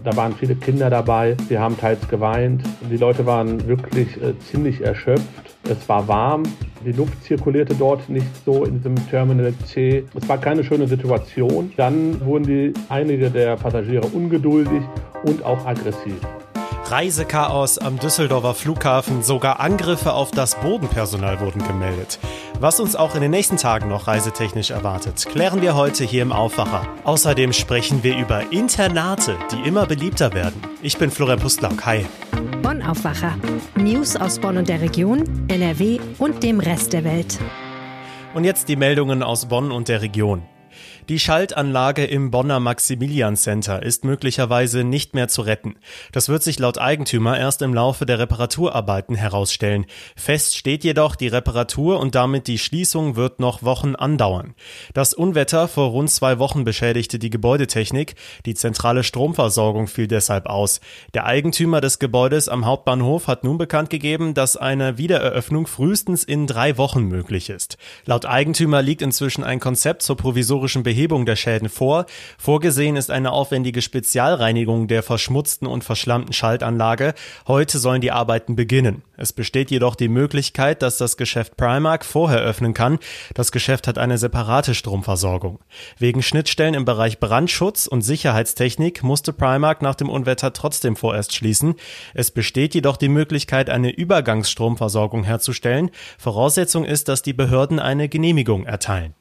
Da waren viele Kinder dabei, die haben teils geweint. Die Leute waren wirklich ziemlich erschöpft. Es war warm, die Luft zirkulierte dort nicht so in diesem Terminal C. Es war keine schöne Situation. Dann wurden einige der Passagiere ungeduldig und auch aggressiv. Reisechaos am Düsseldorfer Flughafen, sogar Angriffe auf das Bodenpersonal wurden gemeldet. Was uns auch in den nächsten Tagen noch reisetechnisch erwartet, klären wir heute hier im Aufwacher. Außerdem sprechen wir über Internate, die immer beliebter werden. Ich bin Florian Pustlauk, hi. Bonn Aufwacher. News aus Bonn und der Region, NRW und dem Rest der Welt. Und jetzt die Meldungen aus Bonn und der Region. Die Schaltanlage im Bonner Maximilian Center ist möglicherweise nicht mehr zu retten. Das wird sich laut Eigentümer erst im Laufe der Reparaturarbeiten herausstellen. Fest steht jedoch, die Reparatur und damit die Schließung wird noch Wochen andauern. Das Unwetter vor rund 2 Wochen beschädigte die Gebäudetechnik. Die zentrale Stromversorgung fiel deshalb aus. Der Eigentümer des Gebäudes am Hauptbahnhof hat nun bekannt gegeben, dass eine Wiedereröffnung frühestens in 3 Wochen möglich ist. Laut Eigentümer liegt inzwischen ein Konzept zur provisorischen Behebung der Schäden vor. Vorgesehen ist eine aufwendige Spezialreinigung der verschmutzten und verschlammten Schaltanlage. Heute sollen die Arbeiten beginnen. Es besteht jedoch die Möglichkeit, dass das Geschäft Primark vorher öffnen kann. Das Geschäft hat eine separate Stromversorgung. Wegen Schnittstellen im Bereich Brandschutz und Sicherheitstechnik musste Primark nach dem Unwetter trotzdem vorerst schließen. Es besteht jedoch die Möglichkeit, eine Übergangsstromversorgung herzustellen. Voraussetzung ist, dass die Behörden eine Genehmigung erteilen.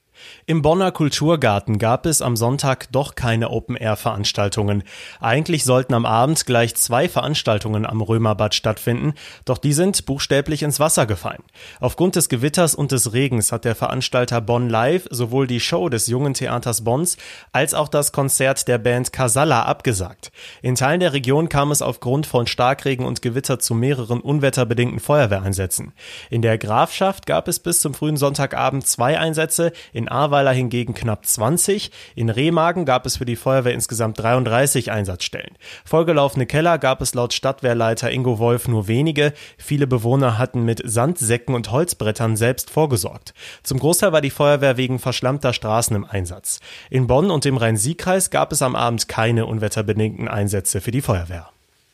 Im Bonner Kulturgarten gab es am Sonntag doch keine Open-Air-Veranstaltungen. Eigentlich sollten am Abend gleich 2 Veranstaltungen am Römerbad stattfinden, doch die sind buchstäblich ins Wasser gefallen. Aufgrund des Gewitters und des Regens hat der Veranstalter Bonn Live sowohl die Show des Jungen Theaters Bonns als auch das Konzert der Band Casalla abgesagt. In Teilen der Region kam es aufgrund von Starkregen und Gewitter zu mehreren unwetterbedingten Feuerwehreinsätzen. In der Grafschaft gab es bis zum frühen Sonntagabend 2 Einsätze, in Ahrweiler hingegen knapp 20. In Remagen gab es für die Feuerwehr insgesamt 33 Einsatzstellen. Vollgelaufene Keller gab es laut Stadtwehrleiter Ingo Wolf nur wenige. Viele Bewohner hatten mit Sandsäcken und Holzbrettern selbst vorgesorgt. Zum Großteil war die Feuerwehr wegen verschlammter Straßen im Einsatz. In Bonn und dem Rhein-Sieg-Kreis gab es am Abend keine unwetterbedingten Einsätze für die Feuerwehr.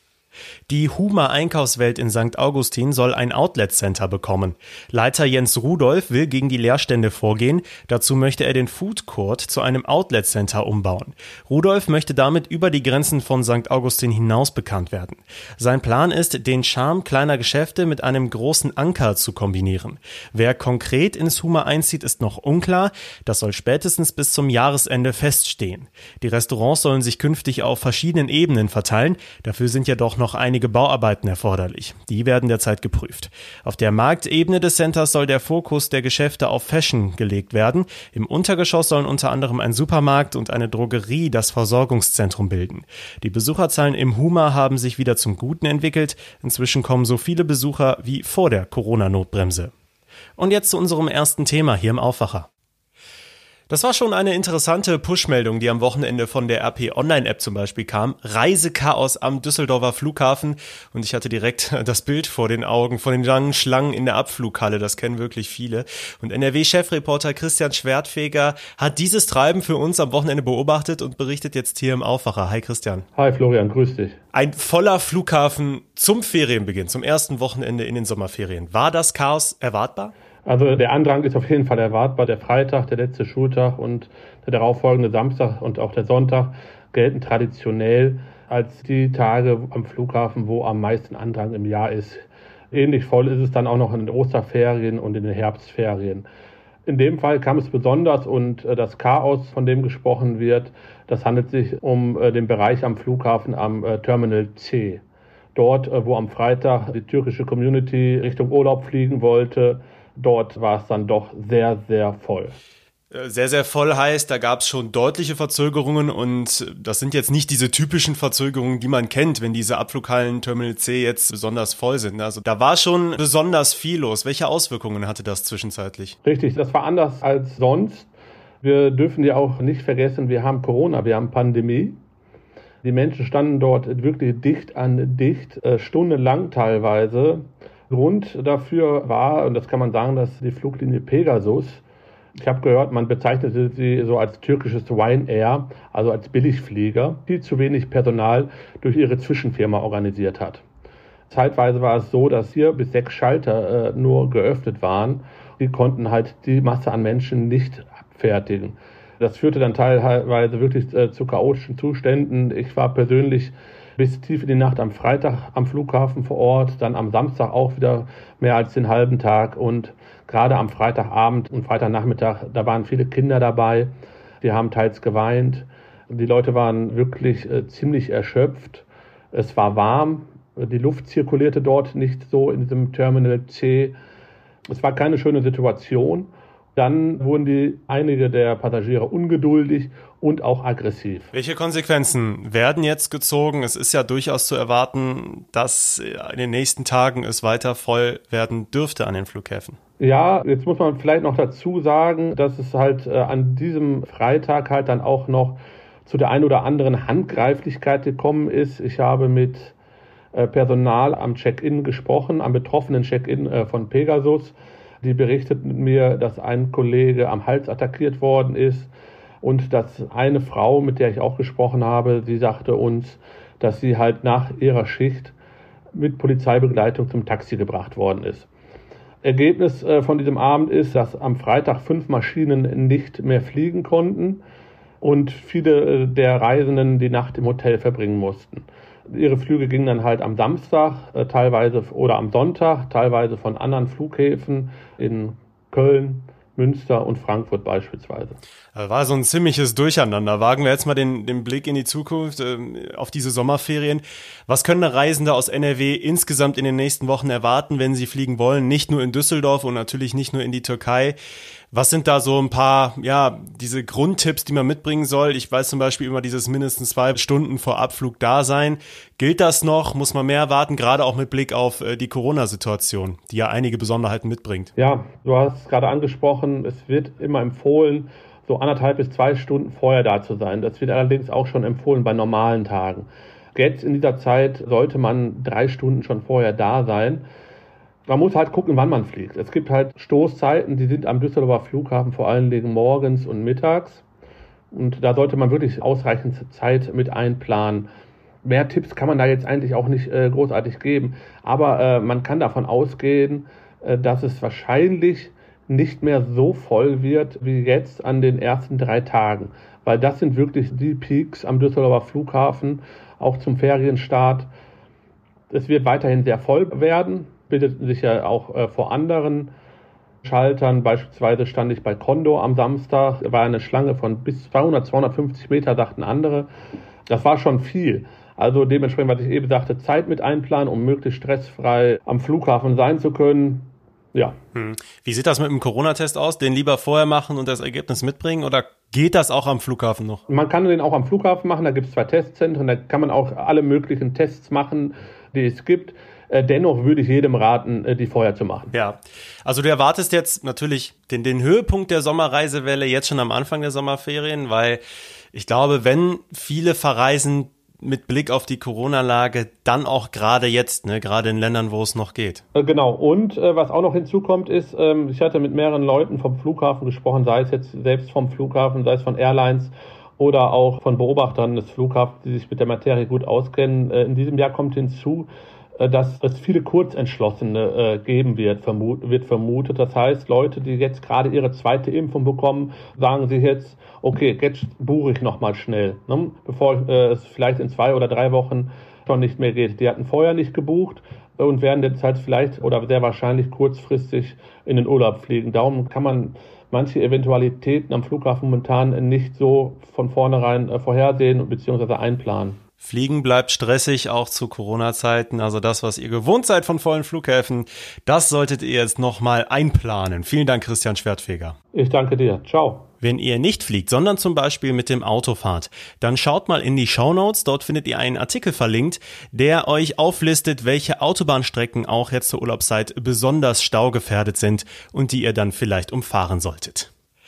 Die Huma Einkaufswelt in St. Augustin soll ein Outlet-Center bekommen. Leiter Jens Rudolph will gegen die Leerstände vorgehen. Dazu möchte er den Food Court zu einem Outlet-Center umbauen. Rudolph möchte damit über die Grenzen von St. Augustin hinaus bekannt werden. Sein Plan ist, den Charme kleiner Geschäfte mit einem großen Anker zu kombinieren. Wer konkret ins Huma einzieht, ist noch unklar. Das soll spätestens bis zum Jahresende feststehen. Die Restaurants sollen sich künftig auf verschiedenen Ebenen verteilen. Dafür sind jedoch noch einige Bauarbeiten erforderlich. Die werden derzeit geprüft. Auf der Marktebene des Centers soll der Fokus der Geschäfte auf Fashion gelegt werden. Im Untergeschoss sollen unter anderem ein Supermarkt und eine Drogerie das Versorgungszentrum bilden. Die Besucherzahlen im Huma haben sich wieder zum Guten entwickelt. Inzwischen kommen so viele Besucher wie vor der Corona-Notbremse. Und jetzt zu unserem ersten Thema hier im Aufwacher. Das war schon eine interessante Push-Meldung, die am Wochenende von der RP Online-App zum Beispiel kam. Reisechaos am Düsseldorfer Flughafen. Und ich hatte direkt das Bild vor den Augen von den langen Schlangen in der Abflughalle. Das kennen wirklich viele. Und NRW-Chefreporter Christian Schwertfeger hat dieses Treiben für uns am Wochenende beobachtet und berichtet jetzt hier im Aufwacher. Hi Christian. Hi Florian, grüß dich. Ein voller Flughafen zum Ferienbeginn, zum ersten Wochenende in den Sommerferien. War das Chaos erwartbar? Also der Andrang ist auf jeden Fall erwartbar. Der Freitag, der letzte Schultag und der darauffolgende Samstag und auch der Sonntag gelten traditionell als die Tage am Flughafen, wo am meisten Andrang im Jahr ist. Ähnlich voll ist es dann auch noch in den Osterferien und in den Herbstferien. In dem Fall kam es besonders und das Chaos, von dem gesprochen wird, das handelt sich um den Bereich am Flughafen am Terminal C. Dort, wo am Freitag die türkische Community Richtung Urlaub fliegen wollte, dort war es dann doch sehr, sehr voll. Sehr, sehr voll heißt, da gab es schon deutliche Verzögerungen und das sind jetzt nicht diese typischen Verzögerungen, die man kennt, wenn diese Abflughallen Terminal C jetzt besonders voll sind. Also da war schon besonders viel los. Welche Auswirkungen hatte das zwischenzeitlich? Richtig, das war anders als sonst. Wir dürfen ja auch nicht vergessen, wir haben Corona, wir haben Pandemie. Die Menschen standen dort wirklich dicht an dicht, stundenlang teilweise. Grund dafür war, und das kann man sagen, dass die Fluglinie Pegasus Ich habe gehört, man bezeichnete sie so als türkisches Ryanair, also als Billigflieger, die zu wenig Personal durch ihre Zwischenfirma organisiert hat. Zeitweise war es so, dass 4 bis 6 Schalter nur geöffnet waren. Die konnten halt die Masse an Menschen nicht abfertigen. Das führte dann teilweise wirklich zu chaotischen Zuständen. Ich war persönlich bis tief in die Nacht am Freitag am Flughafen vor Ort, dann am Samstag auch wieder mehr als den halben Tag und gerade am Freitagabend und Freitagnachmittag, da waren viele Kinder dabei, die haben teils geweint. Die Leute waren wirklich ziemlich erschöpft. Es war warm, die Luft zirkulierte dort nicht so in diesem Terminal C. Es war keine schöne Situation. Dann wurden einige der Passagiere ungeduldig und auch aggressiv. Welche Konsequenzen werden jetzt gezogen? Es ist ja durchaus zu erwarten, dass in den nächsten Tagen es weiter voll werden dürfte an den Flughäfen. Ja, jetzt muss man vielleicht noch dazu sagen, dass es halt an diesem Freitag halt dann auch noch zu der ein oder anderen Handgreiflichkeit gekommen ist. Ich habe mit Personal am Check-in gesprochen, am betroffenen Check-in von Pegasus. Die berichteten mir, dass ein Kollege am Hals attackiert worden ist und dass eine Frau, mit der ich auch gesprochen habe, sie sagte uns, dass sie halt nach ihrer Schicht mit Polizeibegleitung zum Taxi gebracht worden ist. Ergebnis von diesem Abend ist, dass am Freitag 5 Maschinen nicht mehr fliegen konnten und viele der Reisenden die Nacht im Hotel verbringen mussten. Ihre Flüge gingen dann halt am Samstag, teilweise oder am Sonntag, teilweise von anderen Flughäfen in Köln, Münster und Frankfurt beispielsweise. War so ein ziemliches Durcheinander. Wagen wir jetzt mal den Blick in die Zukunft, auf diese Sommerferien. Was können Reisende aus NRW insgesamt in den nächsten Wochen erwarten, wenn sie fliegen wollen? Nicht nur in Düsseldorf und natürlich nicht nur in die Türkei. Was sind da so ein paar, diese Grundtipps, die man mitbringen soll? Ich weiß zum Beispiel immer dieses mindestens 2 Stunden vor Abflug da sein. Gilt das noch? Muss man mehr erwarten? Gerade auch mit Blick auf die Corona-Situation, die ja einige Besonderheiten mitbringt. Ja, du hast es gerade angesprochen. Es wird immer empfohlen, so 1,5 bis 2 Stunden vorher da zu sein. Das wird allerdings auch schon empfohlen bei normalen Tagen. Jetzt in dieser Zeit sollte man 3 Stunden schon vorher da sein. Man muss halt gucken, wann man fliegt. Es gibt halt Stoßzeiten, die sind am Düsseldorfer Flughafen vor allen Dingen morgens und mittags. Und da sollte man wirklich ausreichend Zeit mit einplanen. Mehr Tipps kann man da jetzt eigentlich auch nicht großartig geben. Aber man kann davon ausgehen, dass es wahrscheinlich nicht mehr so voll wird wie jetzt an den ersten 3 Tagen. Weil das sind wirklich die Peaks am Düsseldorfer Flughafen, auch zum Ferienstart. Es wird weiterhin sehr voll werden. Bildet sich ja auch vor anderen Schaltern. Beispielsweise stand ich bei Condor am Samstag. Da war eine Schlange von bis 200, 250 Meter, sagten andere. Das war schon viel. Also dementsprechend, was ich eben sagte, Zeit mit einplanen, um möglichst stressfrei am Flughafen sein zu können. Ja. Wie sieht das mit dem Corona-Test aus? Den lieber vorher machen und das Ergebnis mitbringen? Oder geht das auch am Flughafen noch? Man kann den auch am Flughafen machen. Da gibt es 2 Testzentren. Da kann man auch alle möglichen Tests machen, die es gibt. Dennoch würde ich jedem raten, die vorher zu machen. Ja, also du erwartest jetzt natürlich den Höhepunkt der Sommerreisewelle jetzt schon am Anfang der Sommerferien, weil ich glaube, wenn viele verreisen mit Blick auf die Corona-Lage, dann auch gerade jetzt, gerade in Ländern, wo es noch geht. Genau, und was auch noch hinzukommt ist, ich hatte mit mehreren Leuten vom Flughafen gesprochen, sei es jetzt selbst vom Flughafen, sei es von Airlines oder auch von Beobachtern des Flughafens, die sich mit der Materie gut auskennen. In diesem Jahr kommt hinzu, dass es viele Kurzentschlossene geben wird vermutet. Das heißt, Leute, die jetzt gerade ihre 2. Impfung bekommen, sagen sich jetzt, okay, jetzt buche ich nochmal schnell, bevor es vielleicht in 2 oder 3 Wochen schon nicht mehr geht. Die hatten vorher nicht gebucht und werden jetzt halt vielleicht oder sehr wahrscheinlich kurzfristig in den Urlaub fliegen. Darum kann man manche Eventualitäten am Flughafen momentan nicht so von vornherein vorhersehen bzw. einplanen. Fliegen bleibt stressig, auch zu Corona-Zeiten. Also das, was ihr gewohnt seid von vollen Flughäfen, das solltet ihr jetzt nochmal einplanen. Vielen Dank, Christian Schwertfeger. Ich danke dir. Ciao. Wenn ihr nicht fliegt, sondern zum Beispiel mit dem Auto fahrt, dann schaut mal in die Shownotes. Dort findet ihr einen Artikel verlinkt, der euch auflistet, welche Autobahnstrecken auch jetzt zur Urlaubszeit besonders staugefährdet sind und die ihr dann vielleicht umfahren solltet.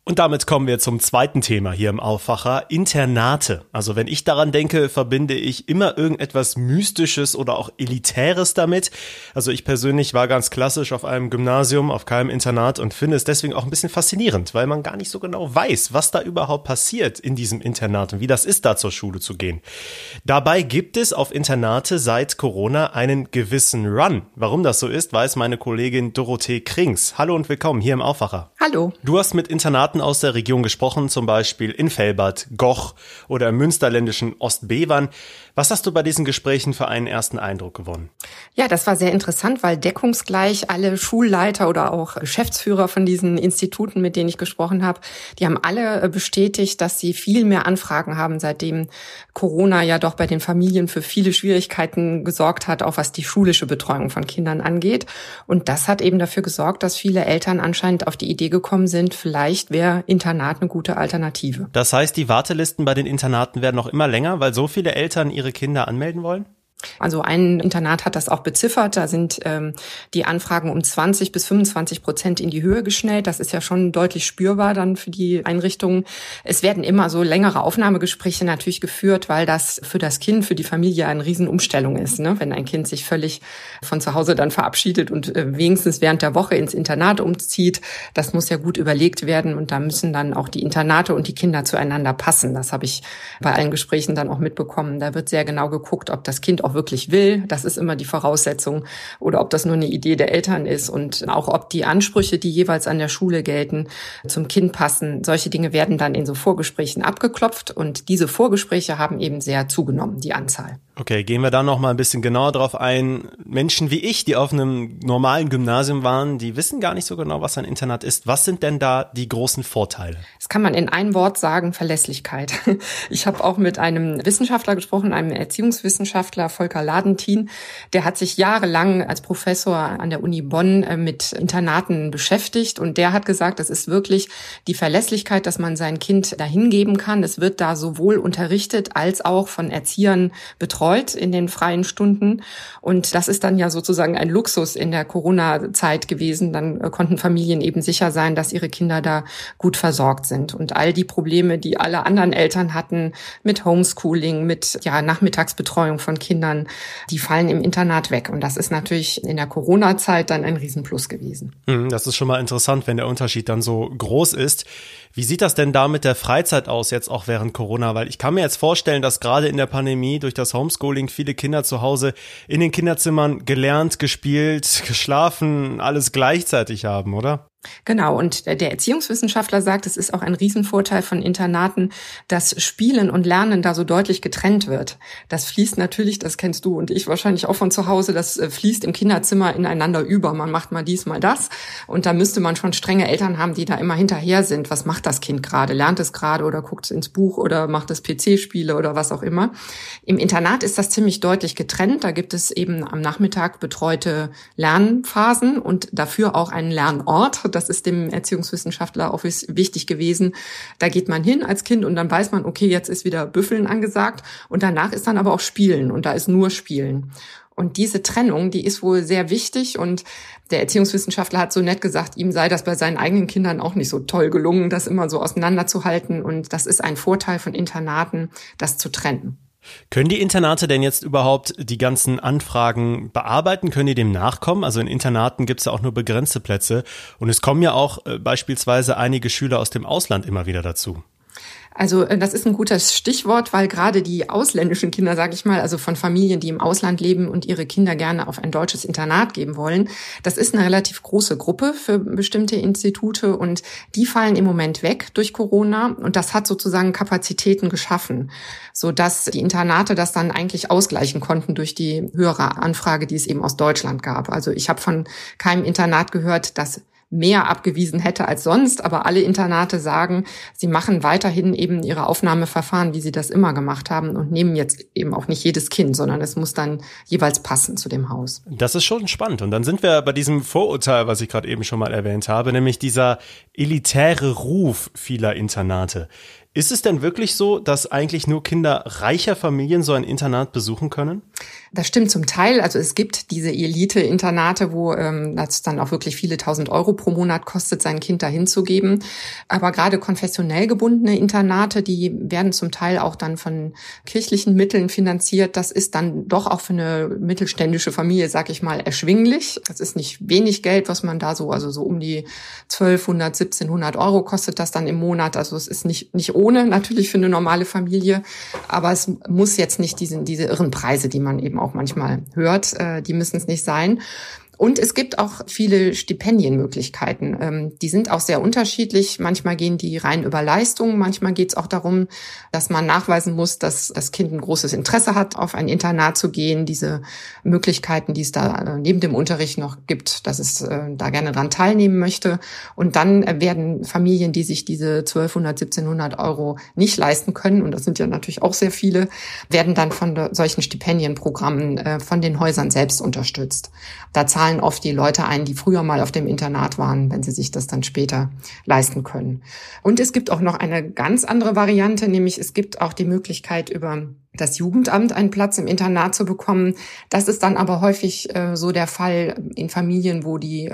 Und damit kommen wir zum zweiten Thema hier im Aufwacher, Internate. Also wenn ich daran denke, verbinde ich immer irgendetwas Mystisches oder auch Elitäres damit. Also ich persönlich war ganz klassisch auf einem Gymnasium, auf keinem Internat und finde es deswegen auch ein bisschen faszinierend, weil man gar nicht so genau weiß, was da überhaupt passiert in diesem Internat und wie das ist, da zur Schule zu gehen. Dabei gibt es auf Internate seit Corona einen gewissen Run. Warum das so ist, weiß meine Kollegin Dorothee Krings. Hallo und willkommen hier im Aufwacher. Hallo. Du hast mit Internaten aus der Region gesprochen, zum Beispiel in Velbert, Goch oder im münsterländischen Ostbevern. Was hast du bei diesen Gesprächen für einen ersten Eindruck gewonnen? Ja, das war sehr interessant, weil deckungsgleich alle Schulleiter oder auch Geschäftsführer von diesen Instituten, mit denen ich gesprochen habe, die haben alle bestätigt, dass sie viel mehr Anfragen haben, seitdem Corona ja doch bei den Familien für viele Schwierigkeiten gesorgt hat, auch was die schulische Betreuung von Kindern angeht. Und das hat eben dafür gesorgt, dass viele Eltern anscheinend auf die Idee gekommen sind, vielleicht wäre Internat eine gute Alternative. Das heißt, die Wartelisten bei den Internaten werden noch immer länger, weil so viele Eltern ihre Kinder anmelden wollen? Also ein Internat hat das auch beziffert. Da sind die Anfragen um 20-25% in die Höhe geschnellt. Das ist ja schon deutlich spürbar dann für die Einrichtungen. Es werden immer so längere Aufnahmegespräche natürlich geführt, weil das für das Kind, für die Familie eine Riesenumstellung ist, ne? Wenn ein Kind sich völlig von zu Hause dann verabschiedet und wenigstens während der Woche ins Internat umzieht. Das muss ja gut überlegt werden und da müssen dann auch die Internate und die Kinder zueinander passen. Das habe ich bei allen Gesprächen dann auch mitbekommen. Da wird sehr genau geguckt, ob das Kind auch wirklich will. Das ist immer die Voraussetzung. Oder ob das nur eine Idee der Eltern ist und auch ob die Ansprüche, die jeweils an der Schule gelten, zum Kind passen. Solche Dinge werden dann in so Vorgesprächen abgeklopft und diese Vorgespräche haben eben sehr zugenommen, die Anzahl. Okay, gehen wir da noch mal ein bisschen genauer drauf ein. Menschen wie ich, die auf einem normalen Gymnasium waren, die wissen gar nicht so genau, was ein Internat ist. Was sind denn da die großen Vorteile? Das kann man in einem Wort sagen, Verlässlichkeit. Ich habe auch mit einem Wissenschaftler gesprochen, einem Erziehungswissenschaftler, Volker Ladentin. Der hat sich jahrelang als Professor an der Uni Bonn mit Internaten beschäftigt und der hat gesagt, das ist wirklich die Verlässlichkeit, dass man sein Kind dahin geben kann. Es wird da sowohl unterrichtet als auch von Erziehern betreut in den freien Stunden. Und das ist dann ja sozusagen ein Luxus in der Corona-Zeit gewesen. Dann konnten Familien eben sicher sein, dass ihre Kinder da gut versorgt sind. Und all die Probleme, die alle anderen Eltern hatten mit Homeschooling, mit Nachmittagsbetreuung von Kindern, die fallen im Internat weg. Und das ist natürlich in der Corona-Zeit dann ein Riesenplus gewesen. Das ist schon mal interessant, wenn der Unterschied dann so groß ist. Wie sieht das denn da mit der Freizeit aus, jetzt auch während Corona? Weil ich kann mir jetzt vorstellen, dass gerade in der Pandemie durch das Homeschooling viele Kinder zu Hause in den Kinderzimmern gelernt, gespielt, geschlafen, alles gleichzeitig haben, oder? Genau, und der Erziehungswissenschaftler sagt, es ist auch ein Riesenvorteil von Internaten, dass Spielen und Lernen da so deutlich getrennt wird. Das fließt natürlich, das kennst du und ich wahrscheinlich auch von zu Hause, das fließt im Kinderzimmer ineinander über. Man macht mal dies, mal das. Und da müsste man schon strenge Eltern haben, die da immer hinterher sind. Was macht das Kind gerade? Lernt es gerade oder guckt ins Buch oder macht es PC-Spiele oder was auch immer? Im Internat ist das ziemlich deutlich getrennt. Da gibt es eben am Nachmittag betreute Lernphasen und dafür auch einen Lernort. Das ist dem Erziehungswissenschaftler auch wichtig gewesen. Da geht man hin als Kind und dann weiß man, okay, jetzt ist wieder Büffeln angesagt und danach ist dann aber auch Spielen und da ist nur Spielen. Und diese Trennung, die ist wohl sehr wichtig und der Erziehungswissenschaftler hat so nett gesagt, ihm sei das bei seinen eigenen Kindern auch nicht so toll gelungen, das immer so auseinanderzuhalten und das ist ein Vorteil von Internaten, das zu trennen. Können die Internate denn jetzt überhaupt die ganzen Anfragen bearbeiten? Können die dem nachkommen? Also in Internaten gibt es ja auch nur begrenzte Plätze und es kommen ja auch beispielsweise einige Schüler aus dem Ausland immer wieder dazu. Also das ist ein gutes Stichwort, weil gerade die ausländischen Kinder, sage ich mal, also von Familien, die im Ausland leben und ihre Kinder gerne auf ein deutsches Internat geben wollen, das ist eine relativ große Gruppe für bestimmte Institute und die fallen im Moment weg durch Corona und das hat sozusagen Kapazitäten geschaffen, sodass die Internate das dann eigentlich ausgleichen konnten durch die höhere Anfrage, die es eben aus Deutschland gab. Also ich habe von keinem Internat gehört, dass mehr abgewiesen hätte als sonst, aber alle Internate sagen, sie machen weiterhin eben ihre Aufnahmeverfahren, wie sie das immer gemacht haben und nehmen jetzt eben auch nicht jedes Kind, sondern es muss dann jeweils passen zu dem Haus. Das ist schon spannend und dann sind wir bei diesem Vorurteil, was ich gerade eben schon mal erwähnt habe, nämlich dieser elitäre Ruf vieler Internate. Ist es denn wirklich so, dass eigentlich nur Kinder reicher Familien so ein Internat besuchen können? Das stimmt zum Teil. Also es gibt diese Elite-Internate, wo das dann auch wirklich viele 1.000 Euro pro Monat kostet, sein Kind dahin zu geben. Aber gerade konfessionell gebundene Internate, die werden zum Teil auch dann von kirchlichen Mitteln finanziert. Das ist dann doch auch für eine mittelständische Familie, sag ich mal, erschwinglich. Das ist nicht wenig Geld, was man da so um die 1.200, 1.700 Euro kostet das dann im Monat. Also es ist nicht ohne natürlich für eine normale Familie, aber es muss jetzt nicht diese irren Preise, die man eben auch manchmal hört, die müssen es nicht sein. Und es gibt auch viele Stipendienmöglichkeiten. Die sind auch sehr unterschiedlich. Manchmal gehen die rein über Leistungen. Manchmal geht es auch darum, dass man nachweisen muss, dass das Kind ein großes Interesse hat, auf ein Internat zu gehen. Diese Möglichkeiten, die es da neben dem Unterricht noch gibt, dass es da gerne dran teilnehmen möchte. Und dann werden Familien, die sich diese 1.200, 1.700 Euro nicht leisten können, und das sind ja natürlich auch sehr viele, werden dann von solchen Stipendienprogrammen von den Häusern selbst unterstützt. Da zahlen oft die Leute ein, die früher mal auf dem Internat waren, wenn sie sich das dann später leisten können. Und es gibt auch noch eine ganz andere Variante, nämlich es gibt auch die Möglichkeit, über das Jugendamt einen Platz im Internat zu bekommen. Das ist dann aber häufig so der Fall in Familien, wo die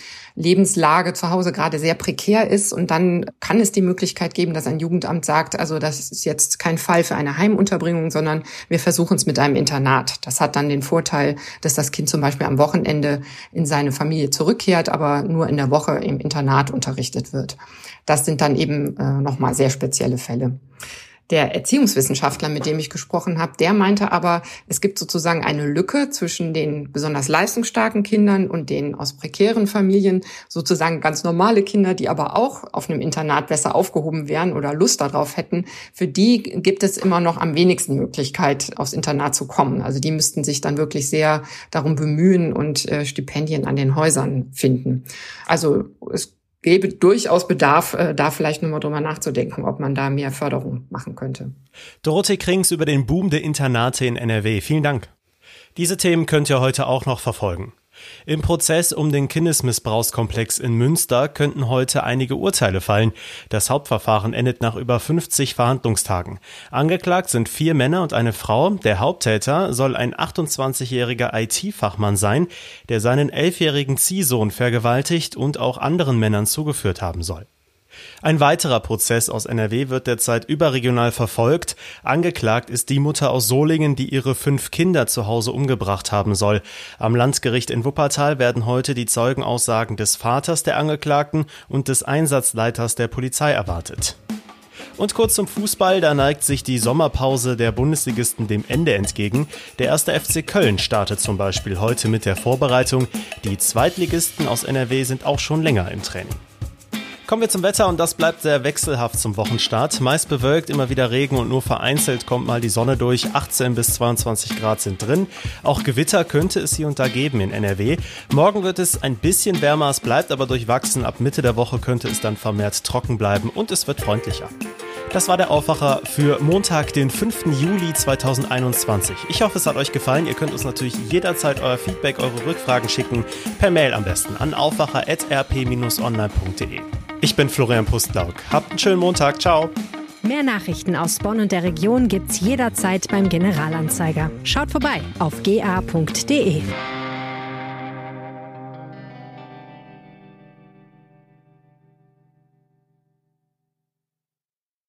Lebenslage zu Hause gerade sehr prekär ist. Und dann kann es die Möglichkeit geben, dass ein Jugendamt sagt, also das ist jetzt kein Fall für eine Heimunterbringung, sondern wir versuchen es mit einem Internat. Das hat dann den Vorteil, dass das Kind zum Beispiel am Wochenende in seine Familie zurückkehrt, aber nur in der Woche im Internat unterrichtet wird. Das sind dann eben nochmal sehr spezielle Fälle. Der Erziehungswissenschaftler, mit dem ich gesprochen habe, der meinte aber, es gibt sozusagen eine Lücke zwischen den besonders leistungsstarken Kindern und den aus prekären Familien, sozusagen ganz normale Kinder, die aber auch auf einem Internat besser aufgehoben wären oder Lust darauf hätten. Für die gibt es immer noch am wenigsten Möglichkeit, aufs Internat zu kommen. Also die müssten sich dann wirklich sehr darum bemühen und Stipendien an den Häusern finden. Also es gäbe durchaus Bedarf, da vielleicht nochmal drüber nachzudenken, ob man da mehr Förderung machen könnte. Dorothee Krings über den Boom der Internate in NRW. Vielen Dank. Diese Themen könnt ihr heute auch noch verfolgen. Im Prozess um den Kindesmissbrauchskomplex in Münster könnten heute einige Urteile fallen. Das Hauptverfahren endet nach über 50 Verhandlungstagen. Angeklagt sind 4 Männer und eine Frau. Der Haupttäter soll ein 28-jähriger IT-Fachmann sein, der seinen 11-jährigen Ziehsohn vergewaltigt und auch anderen Männern zugeführt haben soll. Ein weiterer Prozess aus NRW wird derzeit überregional verfolgt. Angeklagt ist die Mutter aus Solingen, die ihre 5 Kinder zu Hause umgebracht haben soll. Am Landgericht in Wuppertal werden heute die Zeugenaussagen des Vaters der Angeklagten und des Einsatzleiters der Polizei erwartet. Und kurz zum Fußball, da neigt sich die Sommerpause der Bundesligisten dem Ende entgegen. Der 1. FC Köln startet zum Beispiel heute mit der Vorbereitung. Die Zweitligisten aus NRW sind auch schon länger im Training. Kommen wir zum Wetter und das bleibt sehr wechselhaft zum Wochenstart. Meist bewölkt, immer wieder Regen und nur vereinzelt kommt mal die Sonne durch. 18 bis 22 Grad sind drin. Auch Gewitter könnte es hier und da geben in NRW. Morgen wird es ein bisschen wärmer, es bleibt aber durchwachsen. Ab Mitte der Woche könnte es dann vermehrt trocken bleiben und es wird freundlicher. Das war der Aufwacher für Montag, den 5. Juli 2021. Ich hoffe, es hat euch gefallen. Ihr könnt uns natürlich jederzeit euer Feedback, eure Rückfragen schicken. Per Mail am besten an aufwacher@rp-online.de. Ich bin Florian Pustlauk. Habt einen schönen Montag. Ciao. Mehr Nachrichten aus Bonn und der Region gibt's jederzeit beim Generalanzeiger. Schaut vorbei auf ga.de.